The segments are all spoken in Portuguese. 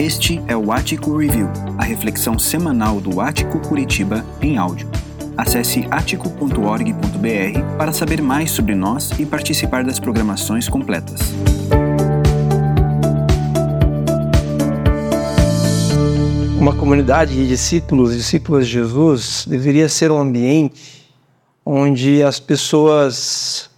Este é o Ático Review, a reflexão semanal do Ático Curitiba em áudio. Acesse atico.org.br para saber mais sobre nós e participar das programações completas. Uma comunidade de discípulos de Jesus deveria ser um ambiente onde as pessoas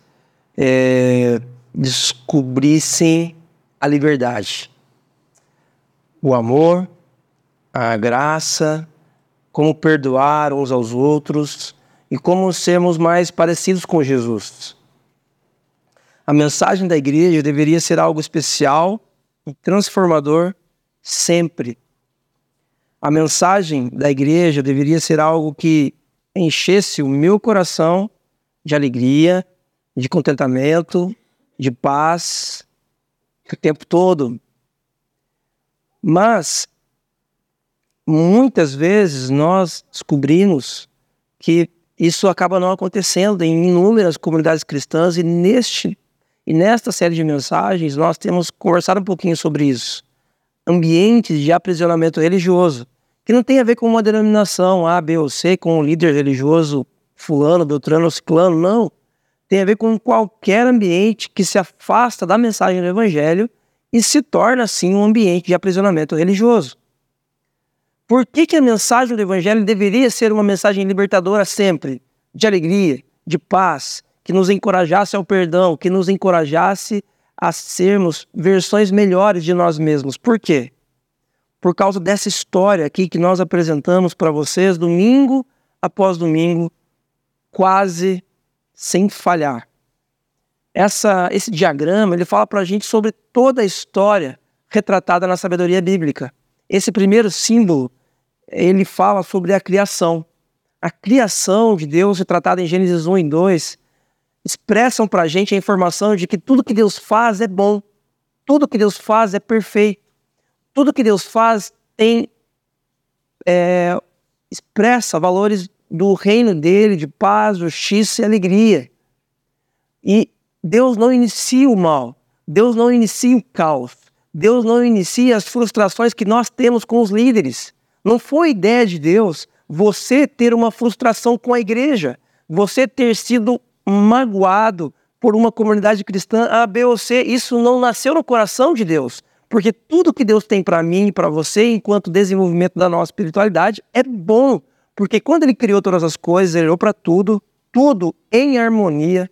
descobrissem a liberdade, o amor, a graça, como perdoar uns aos outros e como sermos mais parecidos com Jesus. A mensagem da igreja deveria ser algo especial e transformador sempre. A mensagem da igreja deveria ser algo que enchesse o meu coração de alegria, de contentamento, de paz, o tempo todo. Mas, muitas vezes nós descobrimos que isso acaba não acontecendo em inúmeras comunidades cristãs e nesta série de mensagens nós temos conversado um pouquinho sobre isso. Ambientes de aprisionamento religioso, que não tem a ver com uma denominação A, B ou C, com um líder religioso fulano, beltrano ou ciclano, não. Tem a ver com qualquer ambiente que se afasta da mensagem do Evangelho e se torna, assim, um ambiente de aprisionamento religioso. Por que a mensagem do Evangelho deveria ser uma mensagem libertadora sempre? De alegria, de paz, que nos encorajasse ao perdão, que nos encorajasse a sermos versões melhores de nós mesmos. Por quê? Por causa dessa história aqui que nós apresentamos para vocês domingo após domingo, quase sem falhar. Esse diagrama, ele fala para a gente sobre toda a história retratada na sabedoria bíblica. Esse primeiro símbolo, ele fala sobre a criação. A criação de Deus, retratada em Gênesis 1 e 2, expressam para a gente a informação de que tudo que Deus faz é bom, tudo que Deus faz é perfeito, tudo que Deus faz expressa valores do reino dele, de paz, justiça e alegria. E Deus não inicia o mal, Deus não inicia o caos, Deus não inicia as frustrações que nós temos com os líderes. Não foi ideia de Deus você ter uma frustração com a igreja, você ter sido magoado por uma comunidade cristã A, B ou C. Isso não nasceu no coração de Deus, porque tudo que Deus tem para mim e para você, enquanto desenvolvimento da nossa espiritualidade, é bom, porque quando Ele criou todas as coisas, Ele olhou para tudo em harmonia,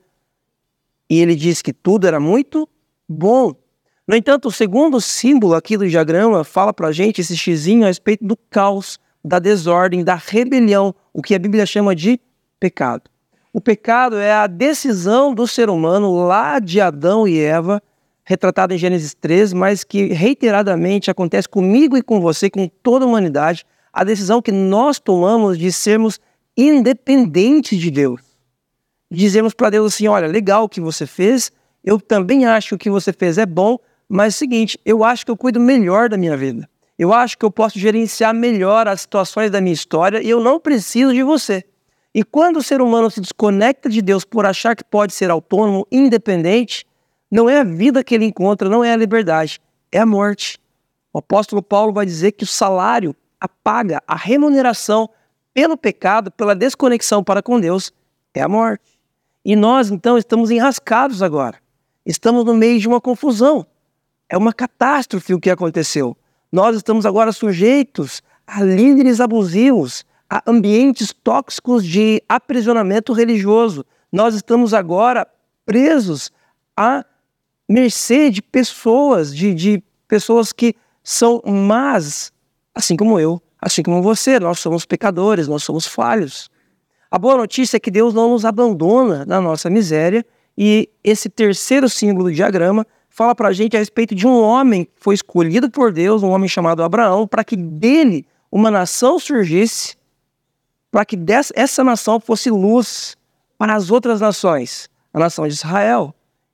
e Ele disse que tudo era muito bom. No entanto, o segundo símbolo aqui do diagrama fala para a gente, esse xizinho, a respeito do caos, da desordem, da rebelião, o que a Bíblia chama de pecado. O pecado é a decisão do ser humano lá de Adão e Eva, retratado em Gênesis 3, mas que reiteradamente acontece comigo e com você, com toda a humanidade, a decisão que nós tomamos de sermos independentes de Deus. Dizemos para Deus assim, olha, legal o que você fez, eu também acho que o que você fez é bom, mas é o seguinte, eu acho que eu cuido melhor da minha vida. Eu acho que eu posso gerenciar melhor as situações da minha história e eu não preciso de você. E quando o ser humano se desconecta de Deus por achar que pode ser autônomo, independente, não é a vida que ele encontra, não é a liberdade, é a morte. O apóstolo Paulo vai dizer que o salário, a paga, a remuneração pelo pecado, pela desconexão para com Deus, é a morte. E nós, então, estamos enrascados agora. Estamos no meio de uma confusão. É uma catástrofe o que aconteceu. Nós estamos agora sujeitos a líderes abusivos, a ambientes tóxicos de aprisionamento religioso. Nós estamos agora presos à mercê de pessoas, de pessoas que são más, assim como eu, assim como você. Nós somos pecadores, nós somos falhos. A boa notícia é que Deus não nos abandona na nossa miséria, e esse terceiro símbolo do diagrama fala para a gente a respeito de um homem que foi escolhido por Deus, um homem chamado Abraão, para que dele uma nação surgisse, para que essa nação fosse luz para as outras nações, a nação de Israel.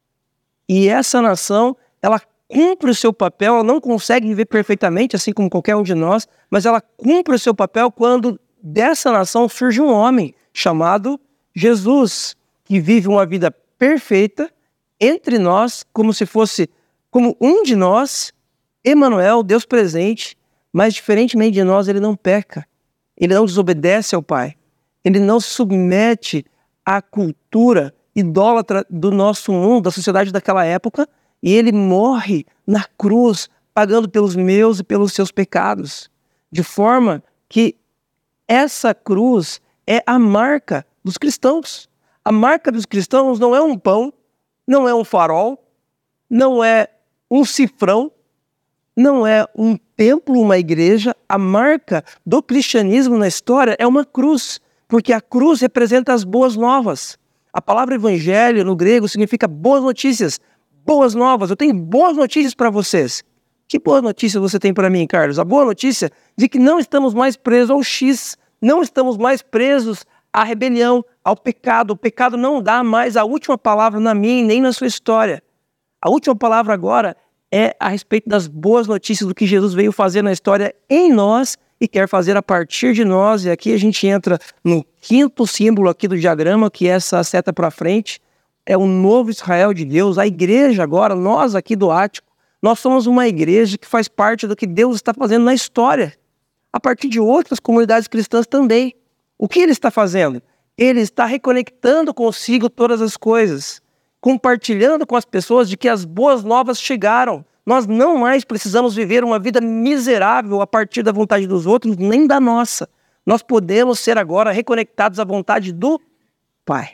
E essa nação, ela cumpre o seu papel, ela não consegue viver perfeitamente, assim como qualquer um de nós, mas ela cumpre o seu papel quando dessa nação surge um homem chamado Jesus, que vive uma vida perfeita entre nós, como se fosse como um de nós, Emanuel, Deus presente, mas diferentemente de nós, ele não peca. Ele não desobedece ao Pai. Ele não se submete à cultura idólatra do nosso mundo, da sociedade daquela época, e ele morre na cruz, pagando pelos meus e pelos seus pecados. De forma que essa cruz é a marca dos cristãos. A marca dos cristãos não é um pão, não é um farol, não é um cifrão, não é um templo, uma igreja. A marca do cristianismo na história é uma cruz, porque a cruz representa as boas novas. A palavra evangelho no grego significa boas notícias, boas novas. Eu tenho boas notícias para vocês. Que boa notícia você tem para mim, Carlos? A boa notícia de que não estamos mais presos ao X, não estamos mais presos à rebelião, ao pecado. O pecado não dá mais a última palavra na minha e nem na sua história. A última palavra agora é a respeito das boas notícias do que Jesus veio fazer na história em nós e quer fazer a partir de nós. E aqui a gente entra no quinto símbolo aqui do diagrama, que é essa seta para frente. É o novo Israel de Deus, a igreja agora, nós aqui do Ático. Nós somos uma igreja que faz parte do que Deus está fazendo na história, a partir de outras comunidades cristãs também. O que ele está fazendo? Ele está reconectando consigo todas as coisas, compartilhando com as pessoas de que as boas novas chegaram. Nós não mais precisamos viver uma vida miserável a partir da vontade dos outros, nem da nossa. Nós podemos ser agora reconectados à vontade do Pai.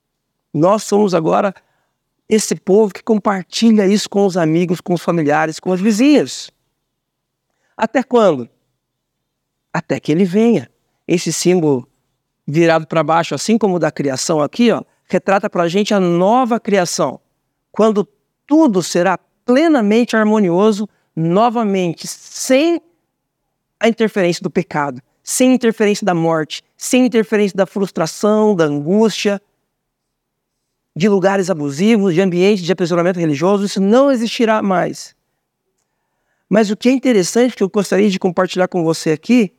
Nós somos agora esse povo que compartilha isso com os amigos, com os familiares, com os vizinhos. Até quando? Até que ele venha. Esse símbolo virado para baixo, assim como o da criação aqui, retrata para a gente a nova criação. Quando tudo será plenamente harmonioso, novamente, sem a interferência do pecado, sem interferência da morte, sem interferência da frustração, da angústia, de lugares abusivos, de ambientes de aprisionamento religioso. Isso não existirá mais. Mas o que é interessante, que eu gostaria de compartilhar com você aqui,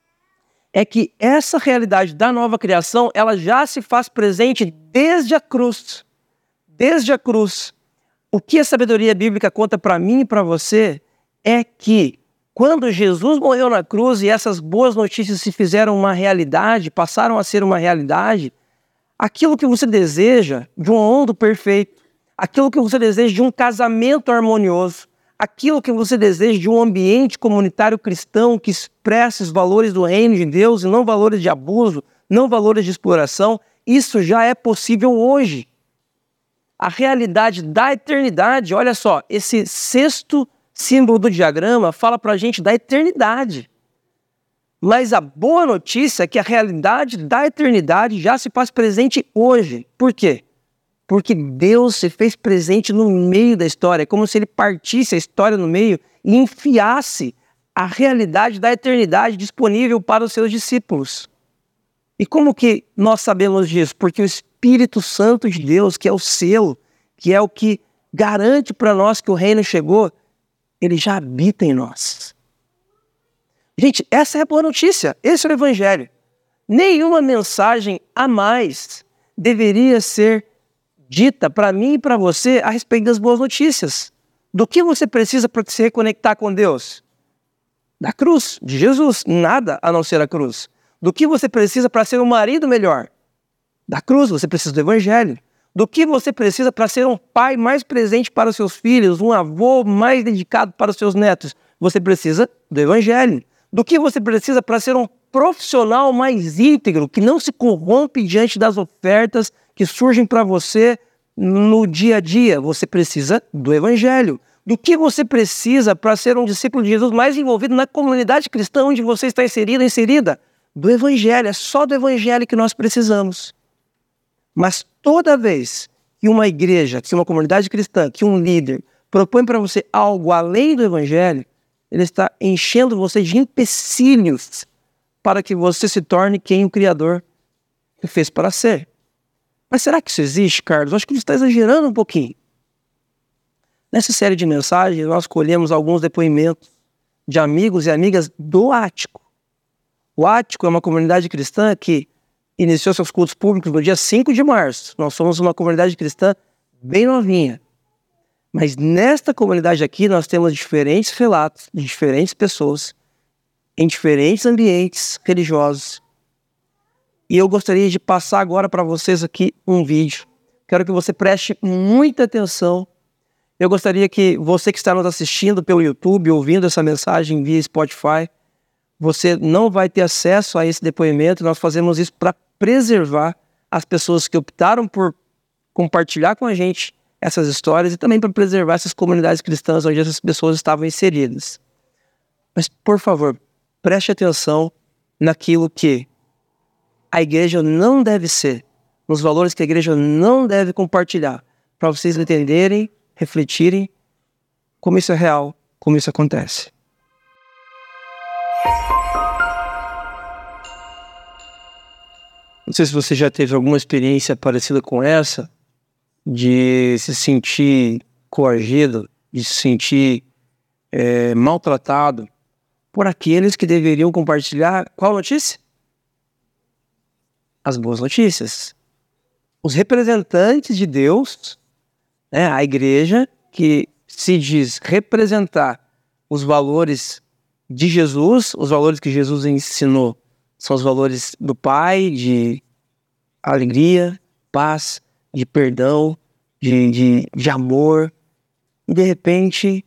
é que essa realidade da nova criação, ela já se faz presente desde a cruz. Desde a cruz. O que a sabedoria bíblica conta para mim e para você é que quando Jesus morreu na cruz e essas boas notícias se fizeram uma realidade, passaram a ser uma realidade, aquilo que você deseja de um mundo perfeito, aquilo que você deseja de um casamento harmonioso, aquilo que você deseja de um ambiente comunitário cristão que expressa os valores do reino de Deus e não valores de abuso, não valores de exploração, isso já é possível hoje. A realidade da eternidade, olha só, esse sexto símbolo do diagrama fala para a gente da eternidade. Mas a boa notícia é que a realidade da eternidade já se faz presente hoje. Por quê? Porque Deus se fez presente no meio da história, como se ele partisse a história no meio e enfiasse a realidade da eternidade disponível para os seus discípulos. E como que nós sabemos disso? Porque o Espírito Santo de Deus, que é o selo, que é o que garante para nós que o reino chegou, ele já habita em nós. Gente, essa é a boa notícia, esse é o Evangelho. Nenhuma mensagem a mais deveria ser dita para mim e para você a respeito das boas notícias. Do que você precisa para se reconectar com Deus? Da cruz, de Jesus, nada a não ser a cruz. Do que você precisa para ser um marido melhor? Da cruz, você precisa do Evangelho. Do que você precisa para ser um pai mais presente para os seus filhos, um avô mais dedicado para os seus netos? Você precisa do Evangelho. Do que você precisa para ser um profissional mais íntegro, que não se corrompe diante das ofertas que surgem para você no dia a dia? Você precisa do Evangelho. Do que você precisa para ser um discípulo de Jesus mais envolvido na comunidade cristã onde você está inserida? Do Evangelho. É só do Evangelho que nós precisamos. Mas toda vez que uma igreja, que uma comunidade cristã, que um líder propõe para você algo além do Evangelho, ele está enchendo você de empecilhos para que você se torne quem o Criador o fez para ser. Mas será que isso existe, Carlos? Acho que você está exagerando um pouquinho. Nessa série de mensagens, nós colhemos alguns depoimentos de amigos e amigas do Ático. O Ático é uma comunidade cristã que iniciou seus cultos públicos no dia 5 de março. Nós somos uma comunidade cristã bem novinha. Mas nesta comunidade aqui nós temos diferentes relatos de diferentes pessoas, em diferentes ambientes religiosos. E eu gostaria de passar agora para vocês aqui um vídeo. Quero que você preste muita atenção. Eu gostaria que você que está nos assistindo pelo YouTube, ouvindo essa mensagem via Spotify, você não vai ter acesso a esse depoimento. Nós fazemos isso para preservar as pessoas que optaram por compartilhar com a gente essas histórias e também para preservar essas comunidades cristãs onde essas pessoas estavam inseridas. Mas, por favor, preste atenção naquilo que a igreja não deve ser, nos valores que a igreja não deve compartilhar, para vocês entenderem, refletirem como isso é real, como isso acontece. Não sei se você já teve alguma experiência parecida com essa, de se sentir coagido, de se sentir maltratado por aqueles que deveriam compartilhar qual notícia? As boas notícias. Os representantes de Deus, a igreja que se diz representar os valores de Jesus, os valores que Jesus ensinou, são os valores do Pai, de alegria, paz, de perdão, de amor. E de repente,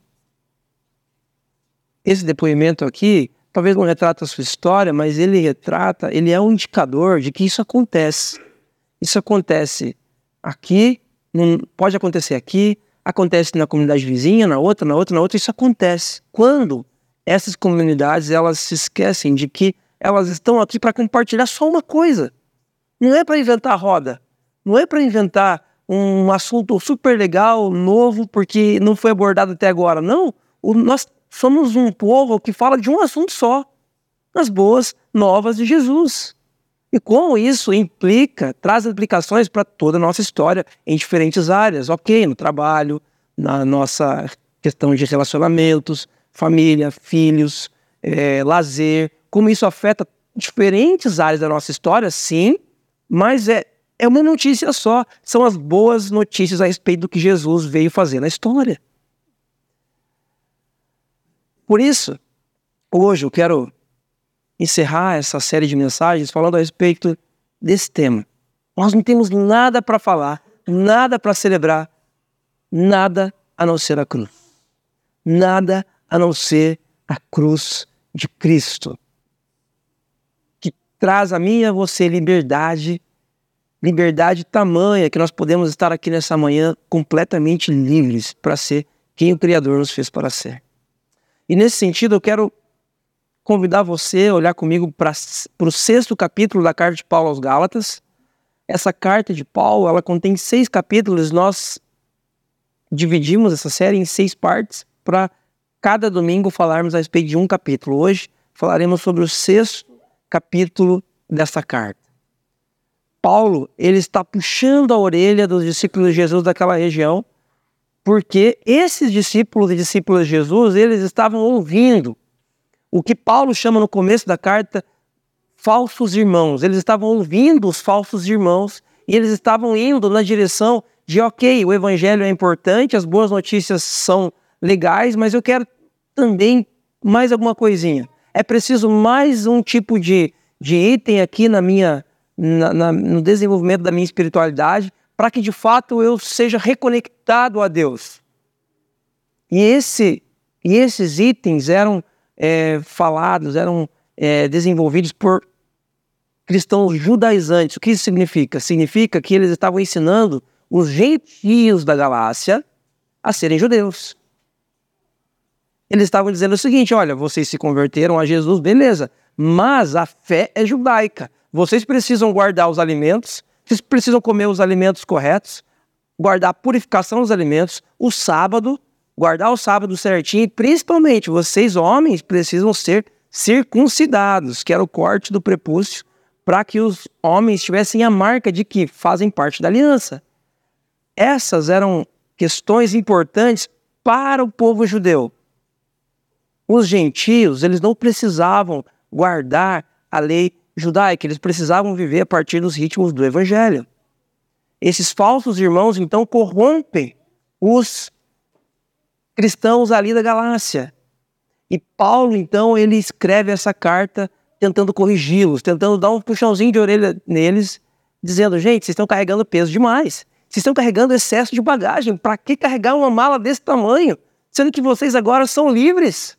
esse depoimento aqui, talvez não retrata a sua história, mas ele é um indicador de que isso acontece. Isso acontece aqui, pode acontecer aqui, acontece na comunidade vizinha, na outra, isso acontece. Quando essas comunidades, elas se esquecem de que elas estão aqui para compartilhar só uma coisa. Não é para inventar roda, não é para inventar um assunto super legal, novo, porque não foi abordado até agora. Não, nós somos um povo que fala de um assunto só, as boas novas de Jesus. E como isso traz implicações para toda a nossa história em diferentes áreas, no trabalho, na nossa questão de relacionamentos, família, filhos, lazer, como isso afeta diferentes áreas da nossa história, sim, mas é uma notícia só, são as boas notícias a respeito do que Jesus veio fazer na história. Por isso, hoje eu quero encerrar essa série de mensagens falando a respeito desse tema. Nós não temos nada para falar, nada para celebrar, nada a não ser a cruz. Nada a não ser a cruz de Cristo, que traz a mim e a você liberdade tamanha que nós podemos estar aqui nessa manhã completamente livres para ser quem o Criador nos fez para ser. E nesse sentido eu quero convidar você a olhar comigo para o 6º capítulo da carta de Paulo aos Gálatas. Essa carta de Paulo, ela contém 6 capítulos. Nós dividimos essa série em 6 partes para cada domingo falarmos a respeito de um capítulo. Hoje falaremos sobre o 6º capítulo dessa carta. Paulo, ele está puxando a orelha dos discípulos de Jesus daquela região, porque esses discípulos e discípulas de Jesus, eles estavam ouvindo o que Paulo chama no começo da carta falsos irmãos. Eles estavam ouvindo os falsos irmãos e eles estavam indo na direção de o evangelho é importante, as boas notícias são legais, mas eu quero também mais alguma coisinha. É preciso mais um tipo de item aqui no desenvolvimento da minha espiritualidade para que de fato eu seja reconectado a Deus. E esses itens eram desenvolvidos por cristãos judaizantes. O que isso significa? Significa que eles estavam ensinando os gentios da Galácia a serem judeus. Eles estavam dizendo o seguinte: olha, vocês se converteram a Jesus, beleza, mas a fé é judaica. Vocês precisam guardar os alimentos, vocês precisam comer os alimentos corretos, guardar a purificação dos alimentos, o sábado, guardar o sábado certinho, e principalmente vocês homens precisam ser circuncidados, que era o corte do prepúcio, para que os homens tivessem a marca de que fazem parte da aliança. Essas eram questões importantes para o povo judeu. Os gentios, eles não precisavam guardar a lei judaica, eles precisavam viver a partir dos ritmos do evangelho. Esses falsos irmãos, então, corrompem os cristãos ali da Galácia. E Paulo, então, ele escreve essa carta tentando corrigi-los, tentando dar um puxãozinho de orelha neles, dizendo, gente, vocês estão carregando peso demais. Vocês estão carregando excesso de bagagem. Para que carregar uma mala desse tamanho? Sendo que vocês agora são livres.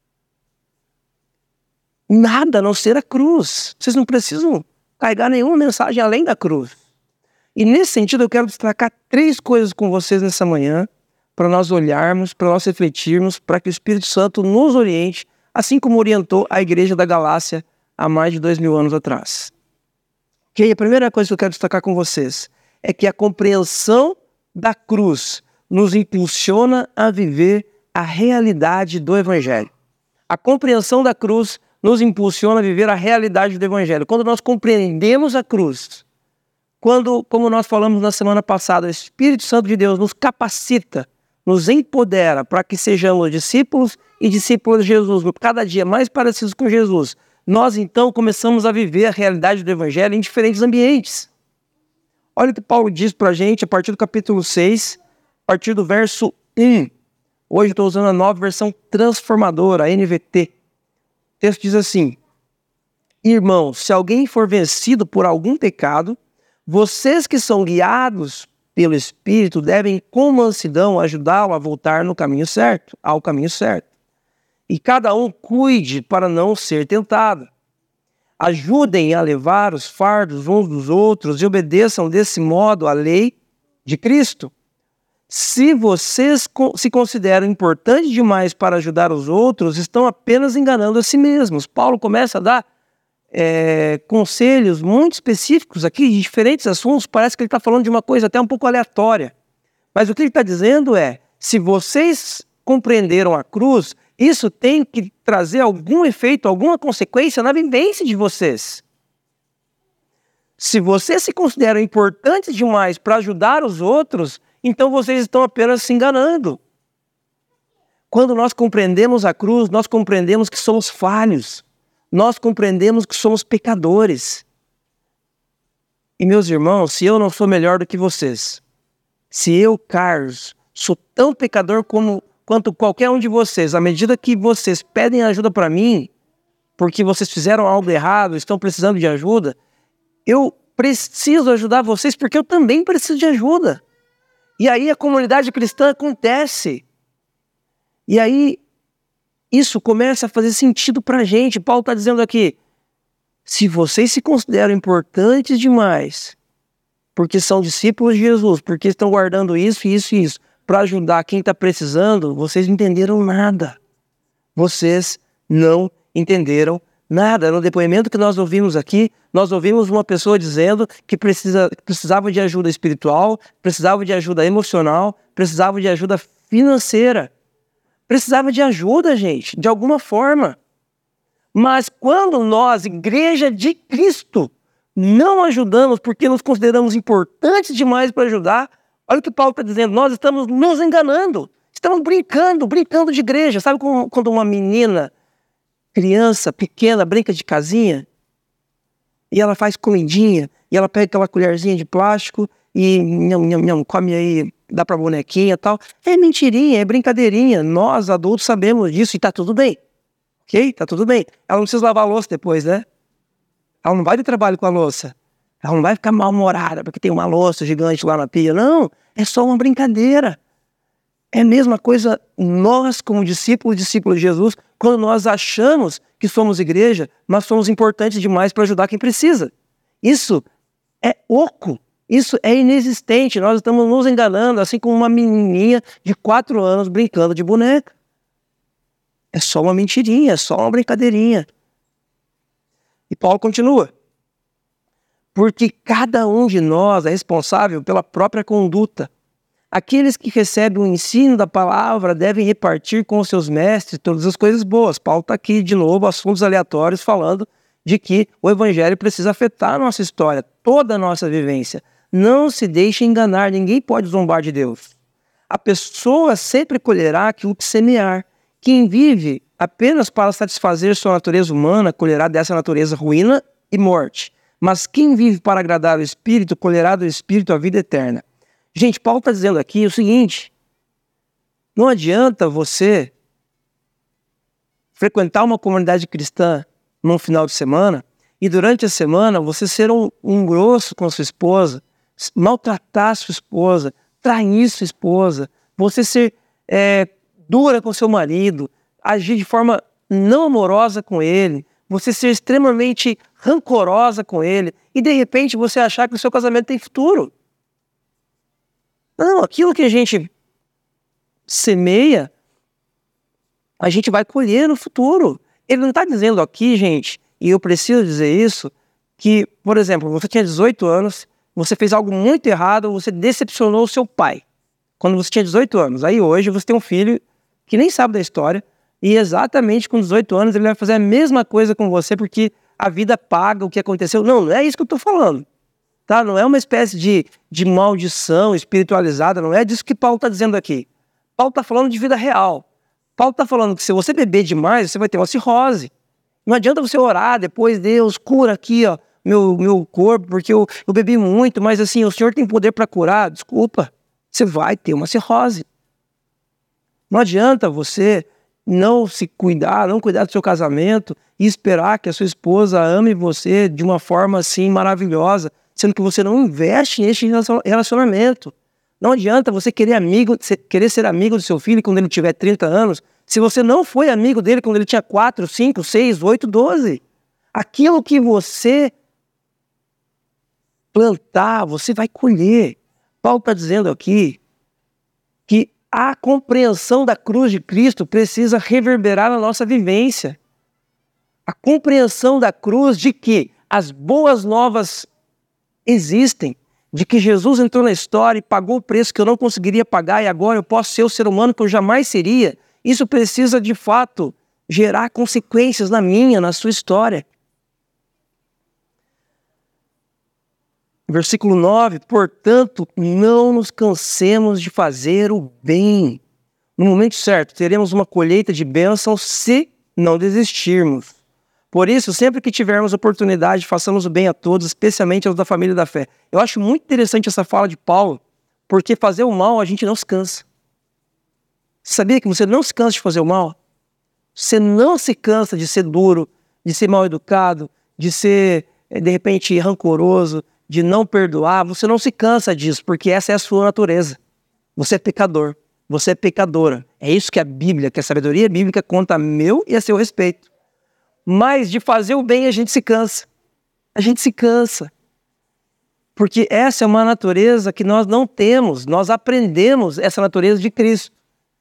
Nada a não ser a cruz. Vocês não precisam carregar nenhuma mensagem além da cruz. E nesse sentido eu quero destacar 3 coisas com vocês nessa manhã, para nós olharmos, para nós refletirmos, para que o Espírito Santo nos oriente, assim como orientou a igreja da Galácia há mais de 2000 anos atrás. A primeira coisa que eu quero destacar com vocês é que a compreensão da cruz nos impulsiona a viver a realidade do Evangelho. A compreensão da cruz nos impulsiona a viver a realidade do Evangelho. Quando nós compreendemos a cruz, quando, como nós falamos na semana passada, o Espírito Santo de Deus nos capacita, nos empodera para que sejamos discípulos e discípulos de Jesus, cada dia mais parecidos com Jesus, nós então começamos a viver a realidade do Evangelho em diferentes ambientes. Olha o que Paulo diz para a gente a partir do capítulo 6, a partir do verso 1. Hoje estou usando a nova versão transformadora, a NVT. O texto diz assim: irmãos, se alguém for vencido por algum pecado, vocês que são guiados pelo Espírito devem com mansidão ajudá-lo a voltar no caminho certo, ao caminho certo. E cada um cuide para não ser tentado. Ajudem a levar os fardos uns dos outros e obedeçam desse modo à lei de Cristo. Se vocês se consideram importantes demais para ajudar os outros, estão apenas enganando a si mesmos. Paulo começa a dar conselhos muito específicos aqui de diferentes assuntos. Parece que ele está falando de uma coisa até um pouco aleatória. Mas o que ele está dizendo é, se vocês compreenderam a cruz, isso tem que trazer algum efeito, alguma consequência na vivência de vocês. Se vocês se consideram importantes demais para ajudar os outros, então vocês estão apenas se enganando. Quando nós compreendemos a cruz, nós compreendemos que somos falhos. Nós compreendemos que somos pecadores. E meus irmãos, se eu não sou melhor do que vocês, se eu, Carlos, sou tão pecador quanto qualquer um de vocês, à medida que vocês pedem ajuda para mim, porque vocês fizeram algo errado, estão precisando de ajuda, eu preciso ajudar vocês porque eu também preciso de ajuda. E aí a comunidade cristã acontece. E aí isso começa a fazer sentido para a gente. Paulo está dizendo aqui, se vocês se consideram importantes demais, porque são discípulos de Jesus, porque estão guardando isso, isso e isso, para ajudar quem está precisando, vocês não entenderam nada. Vocês não entenderam nada. No depoimento que nós ouvimos aqui, nós ouvimos uma pessoa dizendo que precisava de ajuda espiritual, precisava de ajuda emocional, precisava de ajuda financeira. Precisava de ajuda, gente, de alguma forma. Mas quando nós, igreja de Cristo, não ajudamos porque nos consideramos importantes demais para ajudar, olha o que Paulo está dizendo, nós estamos nos enganando, estamos brincando de igreja. Sabe quando uma menina, criança pequena, brinca de casinha? E ela faz comidinha, e ela pega aquela colherzinha de plástico e come aí, dá pra bonequinha e tal. É mentirinha, é brincadeirinha. Nós, adultos, sabemos disso e tá tudo bem. Ok? Tá tudo bem. Ela não precisa lavar a louça depois, né? Ela não vai ter trabalho com a louça. Ela não vai ficar mal-humorada porque tem uma louça gigante lá na pia. Não, é só uma brincadeira. É a mesma coisa nós, como discípulos de Jesus, quando nós achamos que somos igreja, mas somos importantes demais para ajudar quem precisa. Isso é oco. Isso é inexistente. Nós estamos nos enganando, assim como uma menininha de 4 anos brincando de boneca. É só uma mentirinha, é só uma brincadeirinha. E Paulo continua. Porque cada um de nós é responsável pela própria conduta. Aqueles que recebem o ensino da palavra devem repartir com os seus mestres todas as coisas boas. Paulo está aqui de novo, assuntos aleatórios, falando de que o evangelho precisa afetar a nossa história, toda a nossa vivência. Não se deixe enganar, ninguém pode zombar de Deus. A pessoa sempre colherá aquilo que semear. Quem vive apenas para satisfazer sua natureza humana, colherá dessa natureza ruína e morte. Mas quem vive para agradar o Espírito, colherá do Espírito a vida eterna. Gente, Paulo está dizendo aqui o seguinte, Não adianta você frequentar uma comunidade cristã num final de semana e durante a semana você ser um grosso com a sua esposa, maltratar a sua esposa, trair sua esposa, você ser dura com seu marido, agir de forma não amorosa com ele, você ser extremamente rancorosa com ele e de repente você achar que o seu casamento tem futuro. Não, aquilo que a gente semeia, a gente vai colher no futuro. Ele não está dizendo aqui, gente, e eu preciso dizer isso, que, por exemplo, você tinha 18 anos, você fez algo muito errado, você decepcionou o seu pai quando você tinha 18 anos. Aí hoje você tem um filho que nem sabe da história e exatamente com 18 anos ele vai fazer a mesma coisa com você porque a vida paga o que aconteceu. Não é isso que eu estou falando. Tá? Não é uma espécie de maldição espiritualizada, não é disso que Paulo está dizendo aqui. Paulo está falando de vida real. Paulo está falando que se você beber demais, você vai ter uma cirrose. Não adianta você orar depois, Deus, cura aqui, ó, meu corpo, porque eu bebi muito, mas assim, o Senhor tem poder para curar. Desculpa, você vai ter uma cirrose. Não adianta você não se cuidar, não cuidar do seu casamento e esperar que a sua esposa ame você de uma forma assim maravilhosa, sendo que você não investe neste relacionamento. Não adianta você querer ser amigo do seu filho quando ele tiver 30 anos, se você não foi amigo dele quando ele tinha 4, 5, 6, 8, 12. Aquilo que você plantar, você vai colher. Paulo está dizendo aqui que a compreensão da cruz de Cristo precisa reverberar na nossa vivência. A compreensão da cruz de que as boas novas existem, de que Jesus entrou na história e pagou o preço que eu não conseguiria pagar e agora eu posso ser o ser humano que eu jamais seria. Isso precisa, de fato, gerar consequências na minha, na sua história. Versículo 9, portanto, não nos cansemos de fazer o bem. No momento certo, teremos uma colheita de bênçãos se não desistirmos. Por isso, sempre que tivermos oportunidade, façamos o bem a todos, especialmente aos da família da fé. Eu acho muito interessante essa fala de Paulo, porque fazer o mal a gente não se cansa. Você sabia que você não se cansa de fazer o mal? Você não se cansa de ser duro, de ser mal educado, de ser, de repente, rancoroso, de não perdoar. Você não se cansa disso, porque essa é a sua natureza. Você é pecador, você é pecadora. É isso que a Bíblia, que a sabedoria bíblica conta a meu e a seu respeito. Mas de fazer o bem a gente se cansa. A gente se cansa. Porque essa é uma natureza que nós não temos. Nós aprendemos essa natureza de Cristo.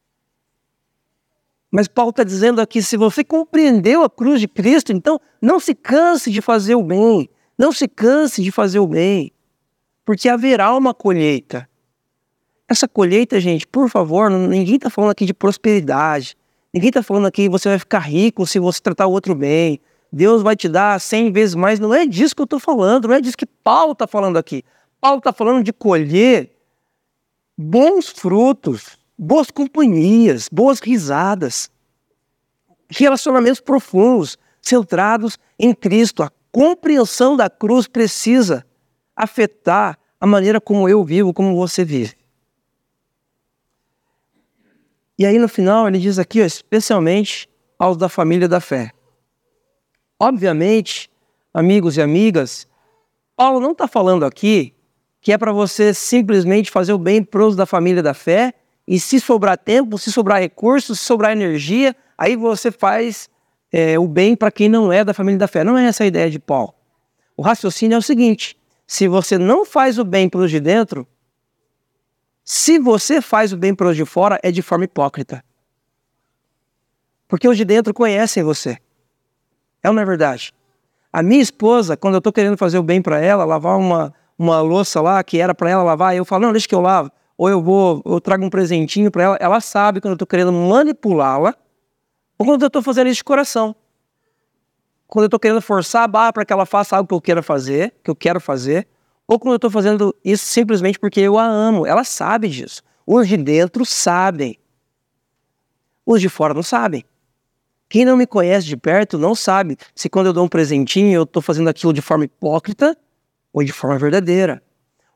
Mas Paulo está dizendo aqui, se você compreendeu a cruz de Cristo, então não se canse de fazer o bem. Não se canse de fazer o bem. Porque haverá uma colheita. Essa colheita, gente, por favor, ninguém está falando aqui de prosperidade. Ninguém está falando aqui que você vai ficar rico se você tratar o outro bem. Deus vai te dar 100 vezes mais. Não é disso que eu estou falando. Não é disso que Paulo está falando aqui. Paulo está falando de colher bons frutos, boas companhias, boas risadas, relacionamentos profundos, centrados em Cristo. A compreensão da cruz precisa afetar a maneira como eu vivo, como você vive. E aí no final ele diz aqui, ó, especialmente aos da família da fé. Obviamente, amigos e amigas, Paulo não está falando aqui que é para você simplesmente fazer o bem para os da família da fé e se sobrar tempo, se sobrar recursos, se sobrar energia, aí você faz o bem para quem não é da família da fé. Não é essa a ideia de Paulo. O raciocínio é o seguinte, se você não faz o bem para os de dentro, se você faz o bem para os de fora, é de forma hipócrita. Porque os de dentro conhecem você. É ou não é verdade? A minha esposa, quando eu estou querendo fazer o bem para ela, lavar uma louça lá que era para ela lavar, eu falo, não, deixa que eu lavo. Ou eu trago um presentinho para ela. Ela sabe quando eu estou querendo manipulá-la ou quando eu estou fazendo isso de coração. Quando eu estou querendo forçar a barra para que ela faça algo que eu quero fazer, ou quando eu estou fazendo isso simplesmente porque eu a amo. Ela sabe disso. Os de dentro sabem. Os de fora não sabem. Quem não me conhece de perto não sabe se quando eu dou um presentinho eu estou fazendo aquilo de forma hipócrita ou de forma verdadeira.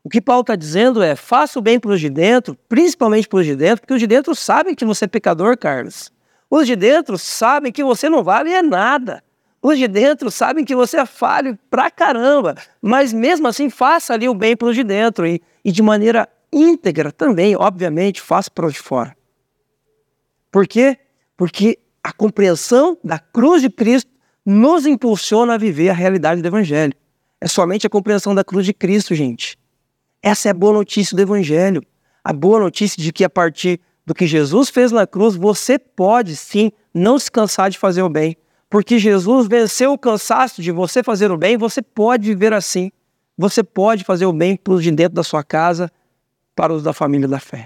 O que Paulo está dizendo é, faça o bem para os de dentro, principalmente para os de dentro, porque os de dentro sabem que você é pecador, Carlos. Os de dentro sabem que você não vale nada. Os de dentro sabem que você é falho pra caramba. Mas mesmo assim, faça ali o bem para os de dentro. E de maneira íntegra também, obviamente, faça para os de fora. Por quê? Porque a compreensão da cruz de Cristo nos impulsiona a viver a realidade do Evangelho. É somente a compreensão da cruz de Cristo, gente. Essa é a boa notícia do Evangelho. A boa notícia de que a partir do que Jesus fez na cruz, você pode sim não se cansar de fazer o bem. Porque Jesus venceu o cansaço de você fazer o bem, você pode viver assim. Você pode fazer o bem para os de dentro da sua casa, para os da família da fé.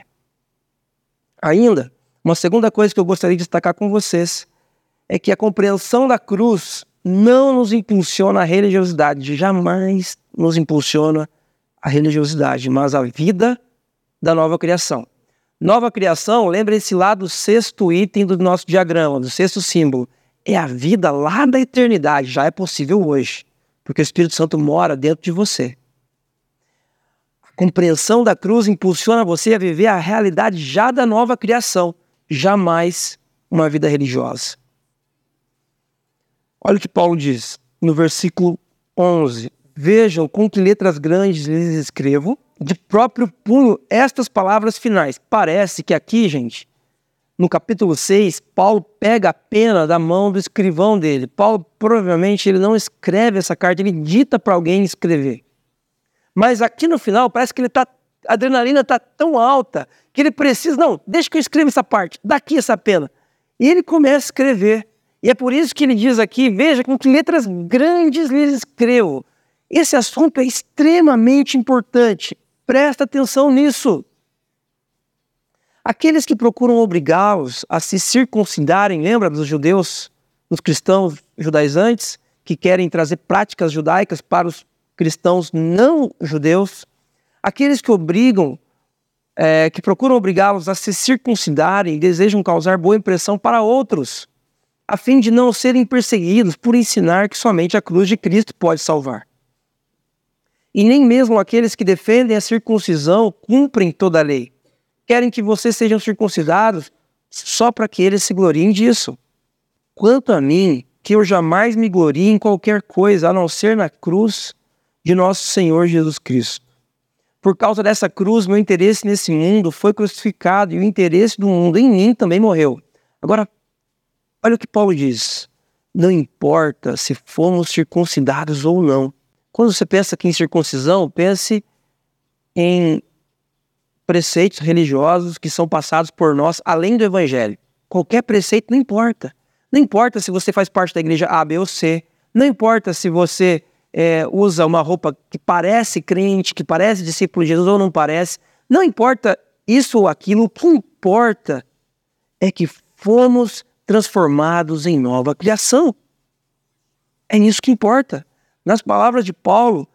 Ainda, uma segunda coisa que eu gostaria de destacar com vocês é que a compreensão da cruz não nos impulsiona à religiosidade, jamais nos impulsiona à religiosidade, mas à vida da nova criação. Nova criação, lembre-se lá do sexto item do nosso diagrama, do sexto símbolo. É a vida lá da eternidade, já é possível hoje, porque o Espírito Santo mora dentro de você. A compreensão da cruz impulsiona você a viver a realidade já da nova criação, jamais uma vida religiosa. Olha o que Paulo diz no versículo 11. Vejam com que letras grandes lhes escrevo, de próprio punho, estas palavras finais. Parece que aqui, gente, no capítulo 6, Paulo pega a pena da mão do escrivão dele. Paulo, provavelmente, ele não escreve essa carta, ele dita para alguém escrever. Mas aqui no final, parece que a adrenalina está tão alta que ele precisa, não, deixa que eu escreva essa parte, daqui essa pena. E ele começa a escrever. E é por isso que ele diz aqui, veja com que letras grandes lhes escrevo. Esse assunto é extremamente importante. Presta atenção nisso. Aqueles que procuram obrigá-los a se circuncidarem, lembra dos judeus, dos cristãos judaizantes, que querem trazer práticas judaicas para os cristãos não judeus? Aqueles que que procuram obrigá-los a se circuncidarem e desejam causar boa impressão para outros, a fim de não serem perseguidos por ensinar que somente a cruz de Cristo pode salvar. E nem mesmo aqueles que defendem a circuncisão cumprem toda a lei. Querem que vocês sejam circuncidados só para que eles se gloriem disso. Quanto a mim, que eu jamais me glorie em qualquer coisa, a não ser na cruz de nosso Senhor Jesus Cristo. Por causa dessa cruz, meu interesse nesse mundo foi crucificado e o interesse do mundo em mim também morreu. Agora, olha o que Paulo diz. Não importa se fomos circuncidados ou não. Quando você pensa aqui em circuncisão, pense em preceitos religiosos que são passados por nós além do Evangelho. Qualquer preceito não importa. Não importa se você faz parte da igreja A, B ou C. Não importa se você usa uma roupa que parece crente, que parece discípulo de Jesus ou não parece. Não importa isso ou aquilo. O que importa é que fomos transformados em nova criação. É isso que importa. Nas palavras de Paulo,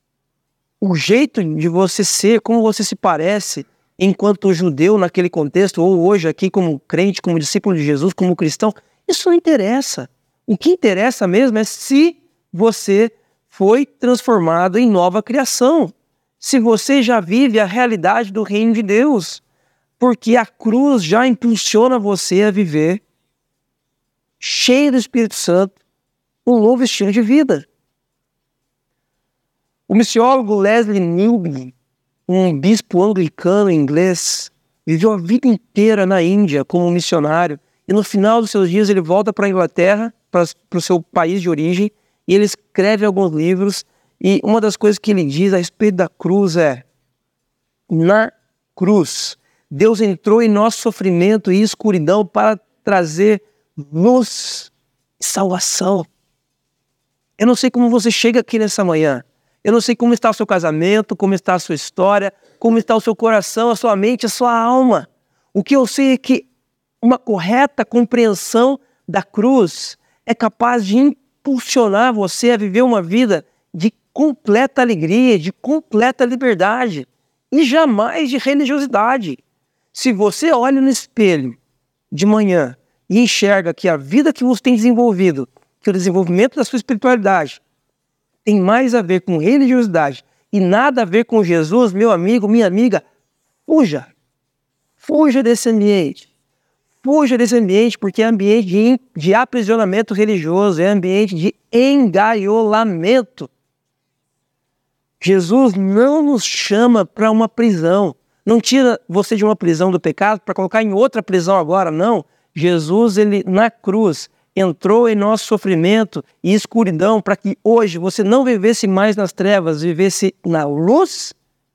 o jeito de você ser, como você se parece enquanto judeu naquele contexto, ou hoje aqui como crente, como discípulo de Jesus, como cristão, isso não interessa. O que interessa mesmo é se você foi transformado em nova criação, se você já vive a realidade do reino de Deus, porque a cruz já impulsiona você a viver cheio do Espírito Santo, um novo estilo de vida. O missiólogo Leslie Newbigin, um bispo anglicano inglês, viveu a vida inteira na Índia como missionário e no final dos seus dias ele volta para a Inglaterra, para o seu país de origem, e ele escreve alguns livros e uma das coisas que ele diz a respeito da cruz é: na cruz, Deus entrou em nosso sofrimento e escuridão para trazer luz e salvação. Eu não sei como você chega aqui nessa manhã. Eu não sei como está o seu casamento, como está a sua história, como está o seu coração, a sua mente, a sua alma. O que eu sei é que uma correta compreensão da cruz é capaz de impulsionar você a viver uma vida de completa alegria, de completa liberdade e jamais de religiosidade. Se você olha no espelho de manhã e enxerga que a vida que você tem desenvolvido, que o desenvolvimento da sua espiritualidade tem mais a ver com religiosidade e nada a ver com Jesus, meu amigo, minha amiga, fuja. Fuja desse ambiente. Fuja desse ambiente, porque é ambiente de aprisionamento religioso, é ambiente de engaiolamento. Jesus não nos chama para uma prisão. Não tira você de uma prisão do pecado para colocar em outra prisão agora, não. Jesus, ele na cruz, entrou em nosso sofrimento e escuridão para que hoje você não vivesse mais nas trevas, vivesse na luz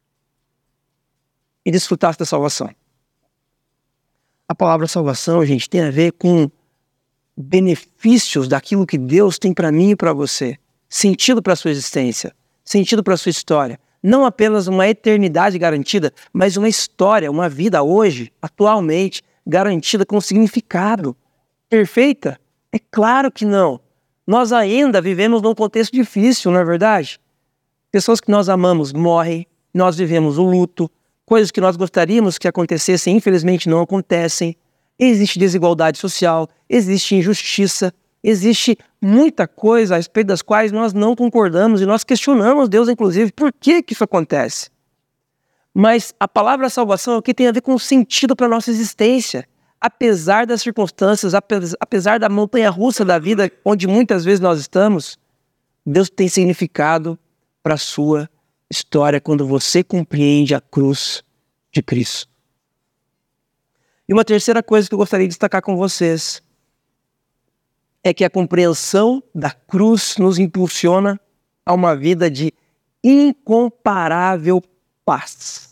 e desfrutasse da salvação. A palavra salvação, gente, tem a ver com benefícios daquilo que Deus tem para mim e para você. Sentido para a sua existência, sentido para a sua história. Não apenas uma eternidade garantida, mas uma história, uma vida hoje, atualmente, garantida com significado. Perfeita? É claro que não. Nós ainda vivemos num contexto difícil, não é verdade? Pessoas que nós amamos morrem, nós vivemos o luto, coisas que nós gostaríamos que acontecessem, infelizmente não acontecem. Existe desigualdade social, existe injustiça, existe muita coisa a respeito das quais nós não concordamos e nós questionamos Deus, inclusive, por que isso acontece. Mas a palavra salvação é o que tem a ver com o sentido para a nossa existência. Apesar das circunstâncias, apesar da montanha-russa da vida, onde muitas vezes nós estamos, Deus tem significado para a sua história quando você compreende a cruz de Cristo. E uma terceira coisa que eu gostaria de destacar com vocês é que a compreensão da cruz nos impulsiona a uma vida de incomparável paz.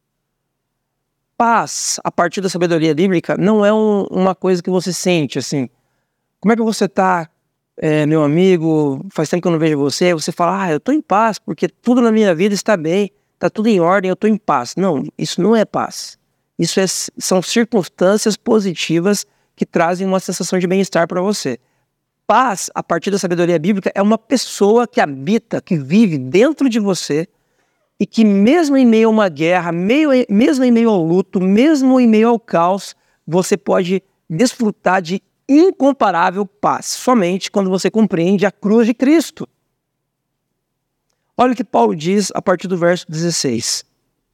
Paz, a partir da sabedoria bíblica, não é uma coisa que você sente assim. Como é que você está, meu amigo? Faz tempo que eu não vejo você. Você fala, eu estou em paz, porque tudo na minha vida está bem, está tudo em ordem, eu estou em paz. Não, isso não é paz. Isso são circunstâncias positivas que trazem uma sensação de bem-estar para você. Paz, a partir da sabedoria bíblica, é uma pessoa que habita, que vive dentro de você e que mesmo em meio a uma guerra, mesmo em meio ao luto, mesmo em meio ao caos, você pode desfrutar de incomparável paz, somente quando você compreende a cruz de Cristo. Olha o que Paulo diz a partir do verso 16.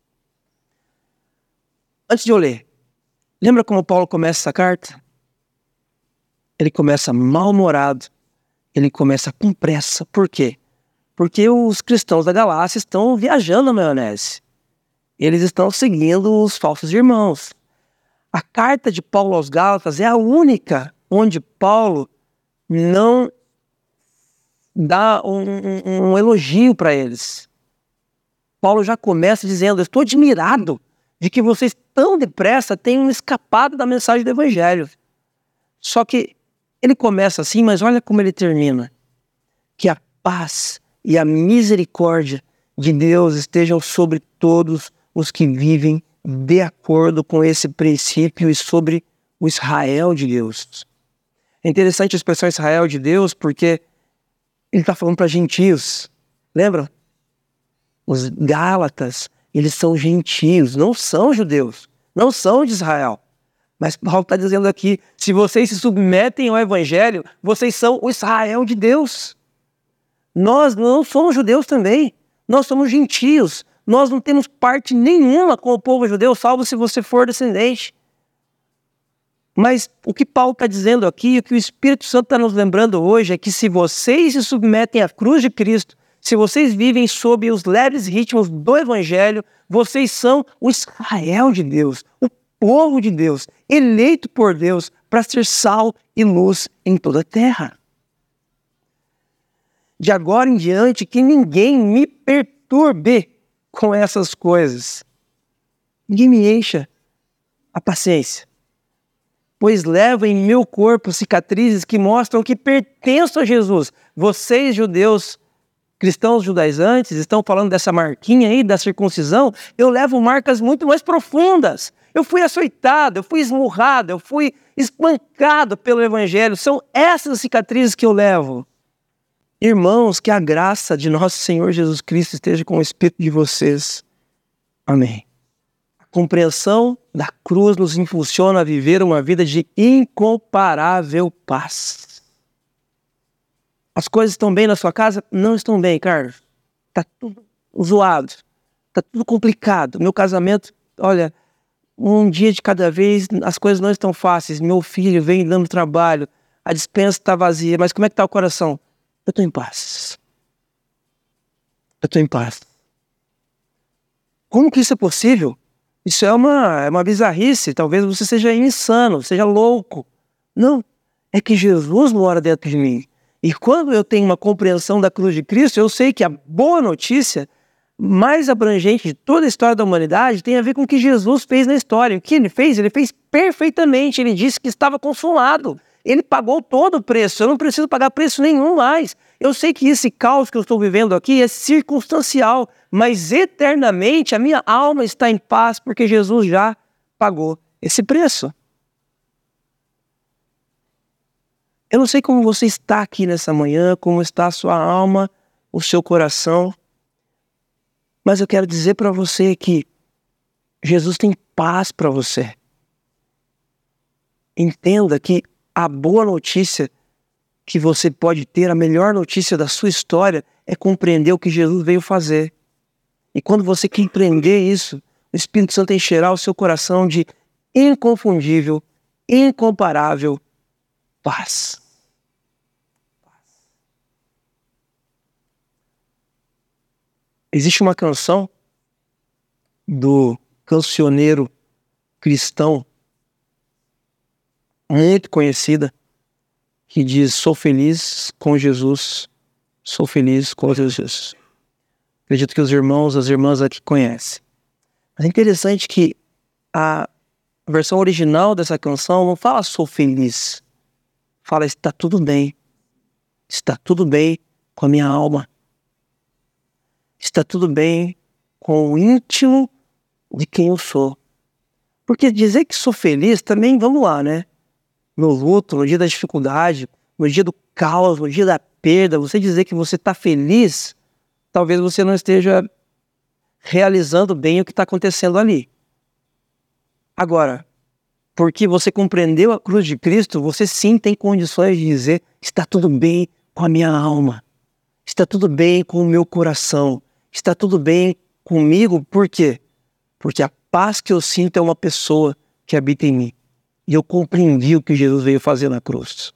Antes de eu ler, lembra como Paulo começa essa carta? Ele começa mal-humorado, ele começa com pressa. Por quê? Porque os cristãos da Galácia estão viajando na maionese. Eles estão seguindo os falsos irmãos. A carta de Paulo aos Gálatas é a única onde Paulo não dá um elogio para eles. Paulo já começa dizendo, eu estou admirado de que vocês tão depressa tenham escapado da mensagem do Evangelho. Só que ele começa assim, mas olha como ele termina. Que a paz e a misericórdia de Deus estejam sobre todos os que vivem de acordo com esse princípio e sobre o Israel de Deus. É interessante a expressão Israel de Deus porque ele está falando para gentios. Lembra? Os Gálatas, eles são gentios, não são judeus, não são de Israel. Mas Paulo está dizendo aqui, se vocês se submetem ao Evangelho, vocês são o Israel de Deus. Nós não somos judeus também, nós somos gentios. Nós não temos parte nenhuma com o povo judeu, salvo se você for descendente. Mas o que Paulo está dizendo aqui, o que o Espírito Santo está nos lembrando hoje, é que se vocês se submetem à cruz de Cristo, se vocês vivem sob os leves ritmos do Evangelho, vocês são o Israel de Deus, o povo de Deus, eleito por Deus para ser sal e luz em toda a terra. De agora em diante, que ninguém me perturbe com essas coisas. Ninguém me encha a paciência. Pois levo em meu corpo cicatrizes que mostram que pertenço a Jesus. Vocês, judeus, cristãos judaizantes, estão falando dessa marquinha aí, da circuncisão. Eu levo marcas muito mais profundas. Eu fui açoitado, eu fui esmurrado, eu fui espancado pelo Evangelho. São essas cicatrizes que eu levo. Irmãos, que a graça de nosso Senhor Jesus Cristo esteja com o espírito de vocês. Amém. A compreensão da cruz nos impulsiona a viver uma vida de incomparável paz. As coisas estão bem na sua casa? Não estão bem, Carlos. Está tudo zoado, está tudo complicado. Meu casamento, olha, um dia de cada vez, as coisas não estão fáceis. Meu filho vem dando trabalho, a despensa está vazia, mas como é que está o coração? Eu estou em paz. Eu estou em paz. Como que isso é possível? Isso é uma bizarrice. Talvez você seja insano, seja louco. Não, é que Jesus mora dentro de mim. E quando eu tenho uma compreensão da cruz de Cristo, eu sei que a boa notícia mais abrangente de toda a história da humanidade tem a ver com o que Jesus fez na história. O que ele fez? Ele fez perfeitamente. Ele disse que estava consumado. Ele pagou todo o preço. Eu não preciso pagar preço nenhum mais. Eu sei que esse caos que eu estou vivendo aqui é circunstancial, mas eternamente a minha alma está em paz porque Jesus já pagou esse preço. Eu não sei como você está aqui nessa manhã, como está a sua alma, o seu coração, mas eu quero dizer para você que Jesus tem paz para você. Entenda que a boa notícia que você pode ter, a melhor notícia da sua história, é compreender o que Jesus veio fazer. E quando você compreender isso, o Espírito Santo encherá o seu coração de inconfundível, incomparável paz. Existe uma canção do cancioneiro cristão muito conhecida que diz: sou feliz com Jesus, sou feliz com Jesus. Acredito que os irmãos, as irmãs aqui conhecem. Mas é interessante que a versão original dessa canção não fala sou feliz, fala está tudo bem com a minha alma, está tudo bem com o íntimo de quem eu sou. Porque dizer que sou feliz também, vamos lá, né? No luto, no dia da dificuldade, no dia do caos, no dia da perda, você dizer que você está feliz, talvez você não esteja realizando bem o que está acontecendo ali. Agora, porque você compreendeu a cruz de Cristo, você sim tem condições de dizer: está tudo bem com a minha alma, está tudo bem com o meu coração, está tudo bem comigo. Por quê? Porque a paz que eu sinto é uma pessoa que habita em mim. E eu compreendi o que Jesus veio fazer na cruz.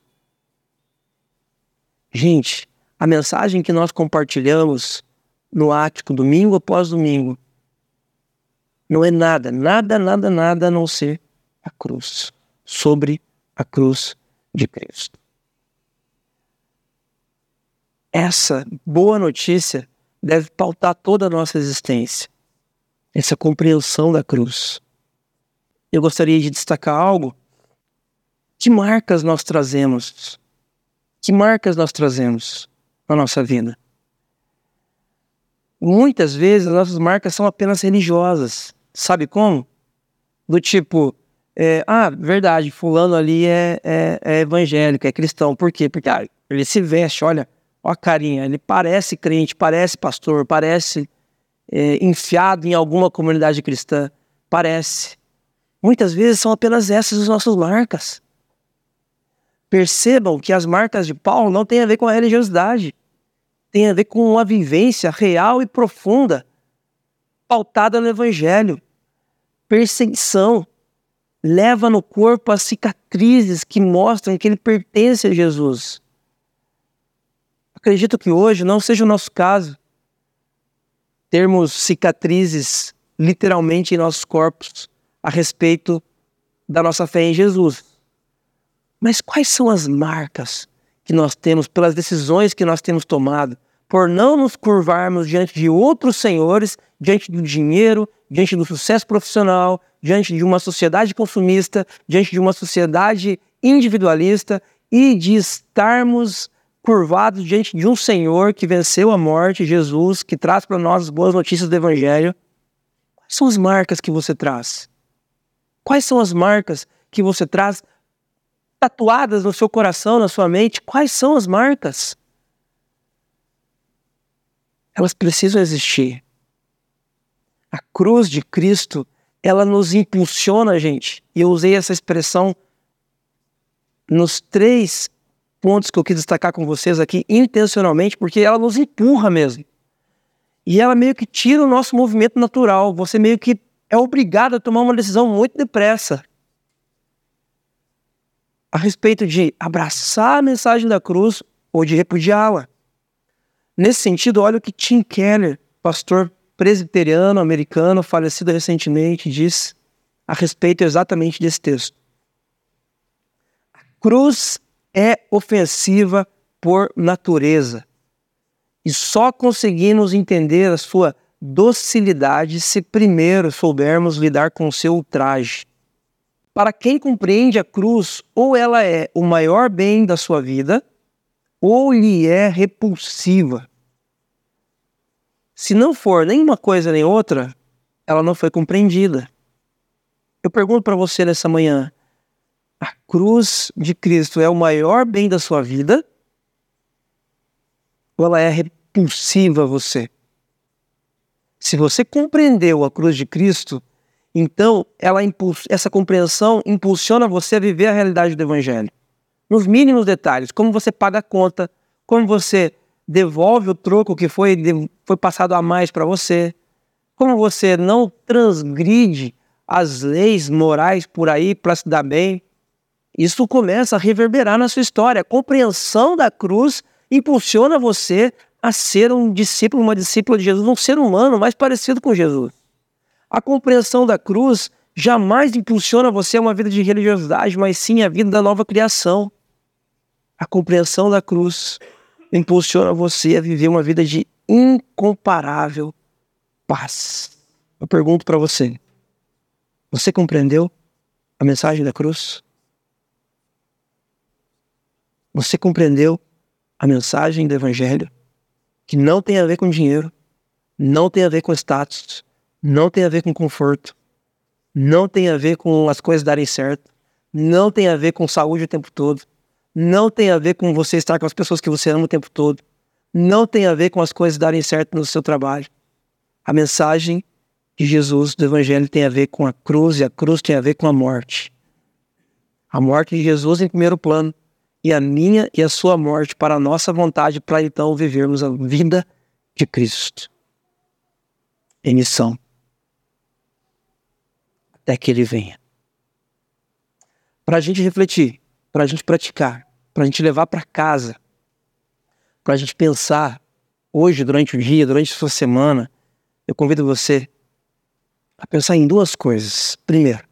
Gente, a mensagem que nós compartilhamos no Ático, domingo após domingo, não é nada a não ser a cruz. Sobre a cruz de Cristo. Essa boa notícia deve pautar toda a nossa existência. Essa compreensão da cruz. Eu gostaria de destacar algo. Que marcas nós trazemos? Que marcas nós trazemos na nossa vida? Muitas vezes as nossas marcas são apenas religiosas. Sabe como? Do tipo, verdade, fulano ali é evangélico, é cristão. Por quê? Porque ele se veste, olha a carinha, ele parece crente, parece pastor, parece enfiado em alguma comunidade cristã. Parece. Muitas vezes são apenas essas as nossas marcas. Percebam que as marcas de Paulo não têm a ver com a religiosidade. Tem a ver com uma vivência real e profunda, pautada no Evangelho. Perseguição. Leva no corpo as cicatrizes que mostram que ele pertence a Jesus. Acredito que hoje não seja o nosso caso termos cicatrizes literalmente em nossos corpos a respeito da nossa fé em Jesus. Mas quais são as marcas que nós temos pelas decisões que nós temos tomado, por não nos curvarmos diante de outros senhores, diante do dinheiro, diante do sucesso profissional, diante de uma sociedade consumista, diante de uma sociedade individualista e de estarmos curvados diante de um Senhor que venceu a morte, Jesus, que traz para nós as boas notícias do Evangelho? Quais são as marcas que você traz? Quais são as marcas que você traz tatuadas no seu coração, na sua mente? Quais são as marcas? Elas precisam existir. A cruz de Cristo, ela nos impulsiona, gente. E eu usei essa expressão nos 3 pontos que eu quis destacar com vocês aqui intencionalmente, porque ela nos empurra mesmo. E ela meio que tira o nosso movimento natural. Você meio que é obrigado a tomar uma decisão muito depressa a respeito de abraçar a mensagem da cruz ou de repudiá-la. Nesse sentido, olha o que Tim Keller, pastor presbiteriano americano, falecido recentemente, diz a respeito exatamente desse texto. A cruz é ofensiva por natureza. E só conseguimos entender a sua docilidade se primeiro soubermos lidar com o seu ultraje. Para quem compreende a cruz, ou ela é o maior bem da sua vida, ou lhe é repulsiva. Se não for nem uma coisa nem outra, ela não foi compreendida. Eu pergunto para você nessa manhã, a cruz de Cristo é o maior bem da sua vida? Ou ela é repulsiva a você? Se você compreendeu a cruz de Cristo, então essa compreensão impulsiona você a viver a realidade do Evangelho. Nos mínimos detalhes, como você paga a conta, como você devolve o troco que foi passado a mais para você, como você não transgride as leis morais por aí para se dar bem. Isso começa a reverberar na sua história. A compreensão da cruz impulsiona você a ser um discípulo, uma discípula de Jesus, um ser humano mais parecido com Jesus. A compreensão da cruz jamais impulsiona você a uma vida de religiosidade, mas sim a vida da nova criação. A compreensão da cruz impulsiona você a viver uma vida de incomparável paz. Eu pergunto para você, você compreendeu a mensagem da cruz? Você compreendeu a mensagem do Evangelho? Que não tem a ver com dinheiro, não tem a ver com status, não tem a ver com conforto, não tem a ver com as coisas darem certo, não tem a ver com saúde o tempo todo, não tem a ver com você estar com as pessoas que você ama o tempo todo, não tem a ver com as coisas darem certo no seu trabalho. A mensagem de Jesus, do Evangelho, tem a ver com a cruz, e a cruz tem a ver com a morte. A morte de Jesus em primeiro plano, e a minha e a sua morte para a nossa vontade, para então vivermos a vida de Cristo. Em missão. Até que Ele venha. Para a gente refletir, para a gente praticar, para a gente levar para casa, para a gente pensar hoje, durante o dia, durante a sua semana, eu convido você a pensar em duas coisas. Primeiro,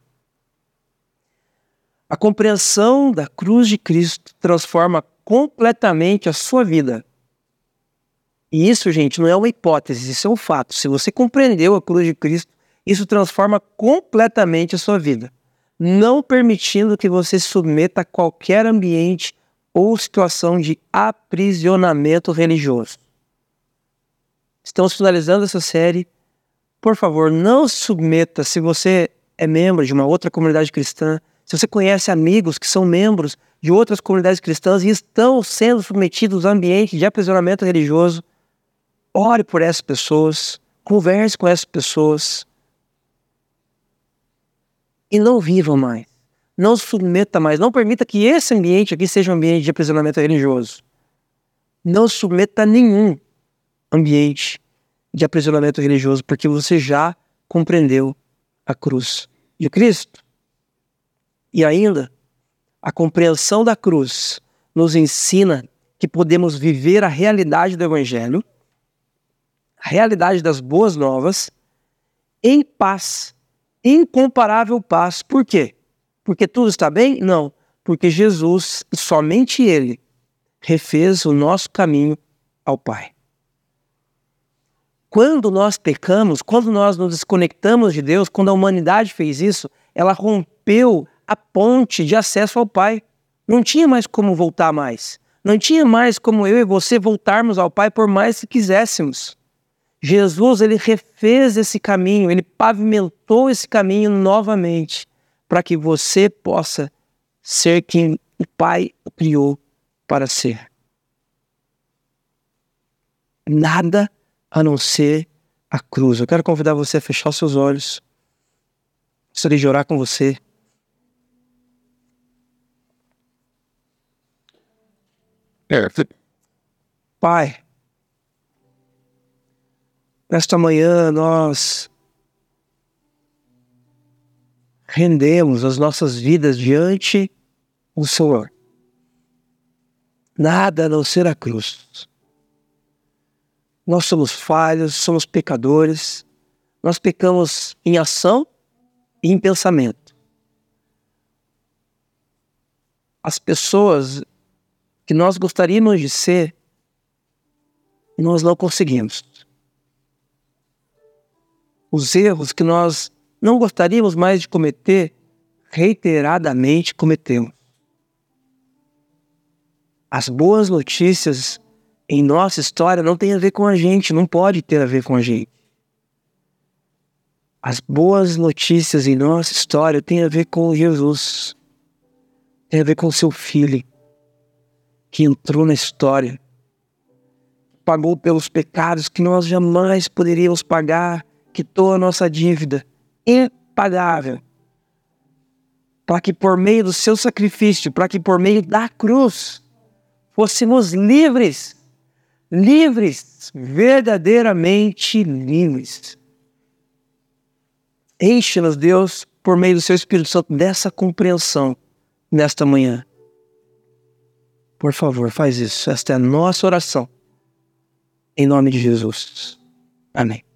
a compreensão da cruz de Cristo transforma completamente a sua vida. E isso, gente, não é uma hipótese, isso é um fato. Se você compreendeu a cruz de Cristo, isso transforma completamente a sua vida, não permitindo que você se submeta a qualquer ambiente ou situação de aprisionamento religioso. Estamos finalizando essa série. Por favor, não se submeta, se você é membro de uma outra comunidade cristã, se você conhece amigos que são membros de outras comunidades cristãs e estão sendo submetidos a ambiente de aprisionamento religioso, ore por essas pessoas, converse com essas pessoas e não vivam mais. Não se submeta mais. Não permita que esse ambiente aqui seja um ambiente de aprisionamento religioso. Não se submeta a nenhum ambiente de aprisionamento religioso, porque você já compreendeu a cruz de Cristo. E ainda, a compreensão da cruz nos ensina que podemos viver a realidade do Evangelho, a realidade das boas novas, em paz, incomparável paz. Por quê? Porque tudo está bem? Não. Porque Jesus, e somente Ele, refez o nosso caminho ao Pai. Quando nós pecamos, quando nós nos desconectamos de Deus, quando a humanidade fez isso, ela rompeu a ponte de acesso ao Pai. Não tinha mais como voltar mais. Não tinha mais como eu e você voltarmos ao Pai por mais que quiséssemos. Jesus, Ele refez esse caminho, Ele pavimentou esse caminho novamente, para que você possa ser quem o Pai o criou para ser. Nada a não ser a cruz. Eu quero convidar você a fechar os seus olhos. Gostaria de orar com você. Pai, Nesta manhã nós rendemos as nossas vidas diante do Senhor. Nada a não ser a cruz. Nós somos falhos, somos pecadores. Nós pecamos em ação e em pensamento. As pessoas que nós gostaríamos de ser, nós não conseguimos. Os erros que nós não gostaríamos mais de cometer, reiteradamente cometemos. As boas notícias em nossa história não têm a ver com a gente, não pode ter a ver com a gente. As boas notícias em nossa história têm a ver com Jesus, tem a ver com o seu Filho, que entrou na história, pagou pelos pecados que nós jamais poderíamos pagar, quitou a nossa dívida impagável, para que por meio do seu sacrifício, para que por meio da cruz, fôssemos livres, verdadeiramente livres. Enche-nos, Deus, por meio do seu Espírito Santo, dessa compreensão nesta manhã. Por favor, faz isso. Esta é a nossa oração. Em nome de Jesus. Amém.